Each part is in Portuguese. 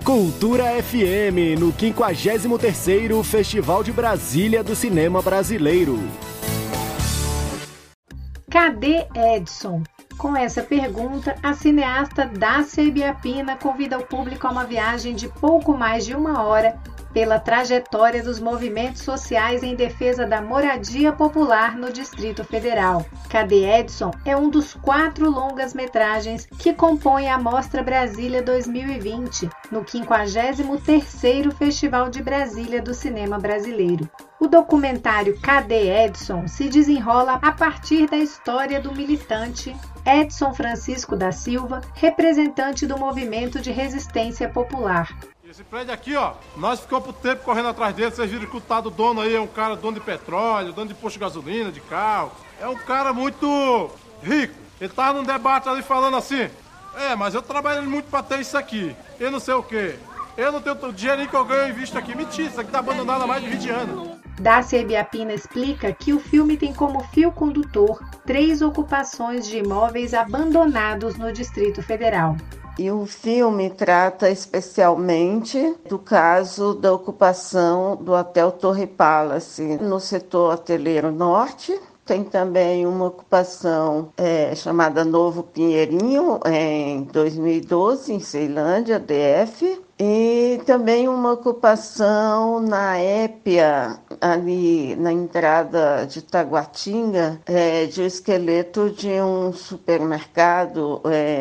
Cultura FM, no 53º Festival de Brasília do Cinema Brasileiro. Cadê Edson? Com essa pergunta, a cineasta Dácia Ibiapina convida o público a uma viagem de pouco mais de 1 hora pela trajetória dos movimentos sociais em defesa da moradia popular no Distrito Federal. Cadê Edson é um dos 4 longas-metragens que compõem a Mostra Brasília 2020, no 53º Festival de Brasília do Cinema Brasileiro. O documentário Cadê Edson se desenrola a partir da história do militante Edson Francisco da Silva, representante do movimento de resistência popular. Esse prédio aqui, ó, nós ficamos por tempo correndo atrás dele. Vocês viram que o tal do dono aí é um cara dono de petróleo, dono de posto de gasolina, de carro. É um cara muito rico. Ele tava num debate ali falando assim: mas eu trabalho muito pra ter isso aqui. Eu não sei o quê. Eu não tenho o dinheiro que eu ganho e visto aqui. Mentira, isso aqui tá abandonado há mais de 20 anos. Dácia Ibiapina explica que o filme tem como fio condutor 3 ocupações de imóveis abandonados no Distrito Federal. E o filme trata especialmente do caso da ocupação do Hotel Torre Palace no setor hoteleiro norte. Tem também uma ocupação chamada Novo Pinheirinho, em 2012, em Ceilândia, DF. E também uma ocupação na Épia, ali na entrada de Taguatinga, de um esqueleto de um supermercado,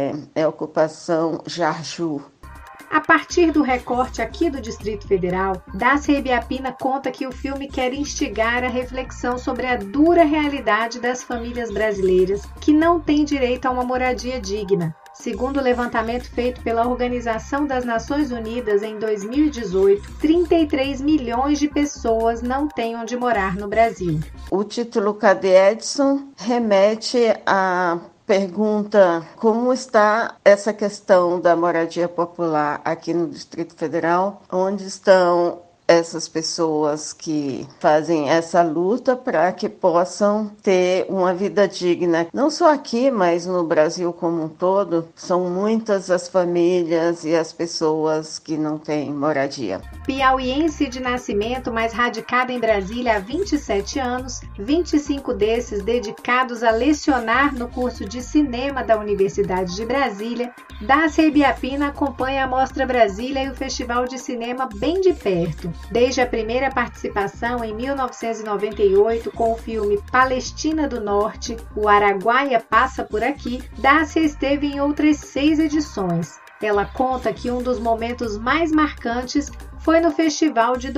a ocupação Jarju. A partir do recorte aqui do Distrito Federal, Dácia Ibiapina conta que o filme quer instigar a reflexão sobre a dura realidade das famílias brasileiras que não têm direito a uma moradia digna. Segundo o levantamento feito pela Organização das Nações Unidas em 2018, 33 milhões de pessoas não têm onde morar no Brasil. O título Cadê Edson remete a pergunta como está essa questão da moradia popular aqui no Distrito Federal, onde estão essas pessoas que fazem essa luta para que possam ter uma vida digna. Não só aqui, mas no Brasil como um todo, são muitas as famílias e as pessoas que não têm moradia. Piauiense de nascimento, mas radicada em Brasília há 27 anos, 25 desses dedicados a lecionar no curso de cinema da Universidade de Brasília, Dácia Ibiapina acompanha a Mostra Brasília e o Festival de Cinema bem de perto. Desde a primeira participação em 1998 com o filme Palestina do Norte, O Araguaia Passa Por Aqui, Dácia esteve em outras 6 edições. Ela conta que um dos momentos mais marcantes foi no festival de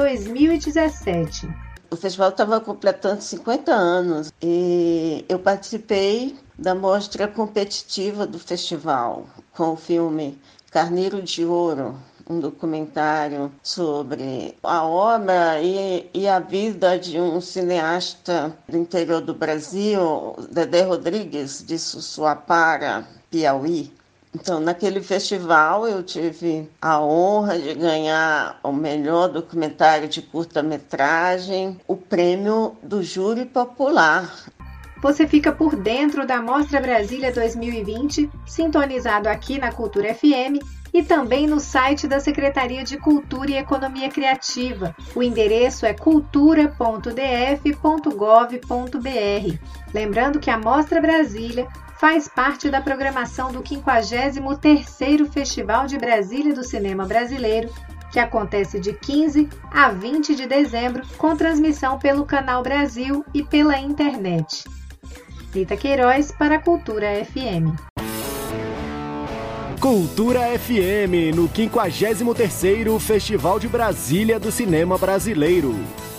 2017. O festival estava completando 50 anos e eu participei da mostra competitiva do festival com o filme Carneiro de Ouro, um documentário sobre a obra e a vida de um cineasta do interior do Brasil, Dedé Rodrigues, de Sussuapara, Piauí. Então, naquele festival, eu tive a honra de ganhar o melhor documentário de curta-metragem, o prêmio do Júri Popular. Você fica por dentro da Mostra Brasília 2020, sintonizado aqui na Cultura FM e também no site da Secretaria de Cultura e Economia Criativa. O endereço é cultura.df.gov.br. Lembrando que a Mostra Brasília faz parte da programação do 53º Festival de Brasília do Cinema Brasileiro, que acontece de 15 a 20 de dezembro, com transmissão pelo Canal Brasil e pela internet. Rita Queiroz para a Cultura FM. Cultura FM, no 53º Festival de Brasília do Cinema Brasileiro.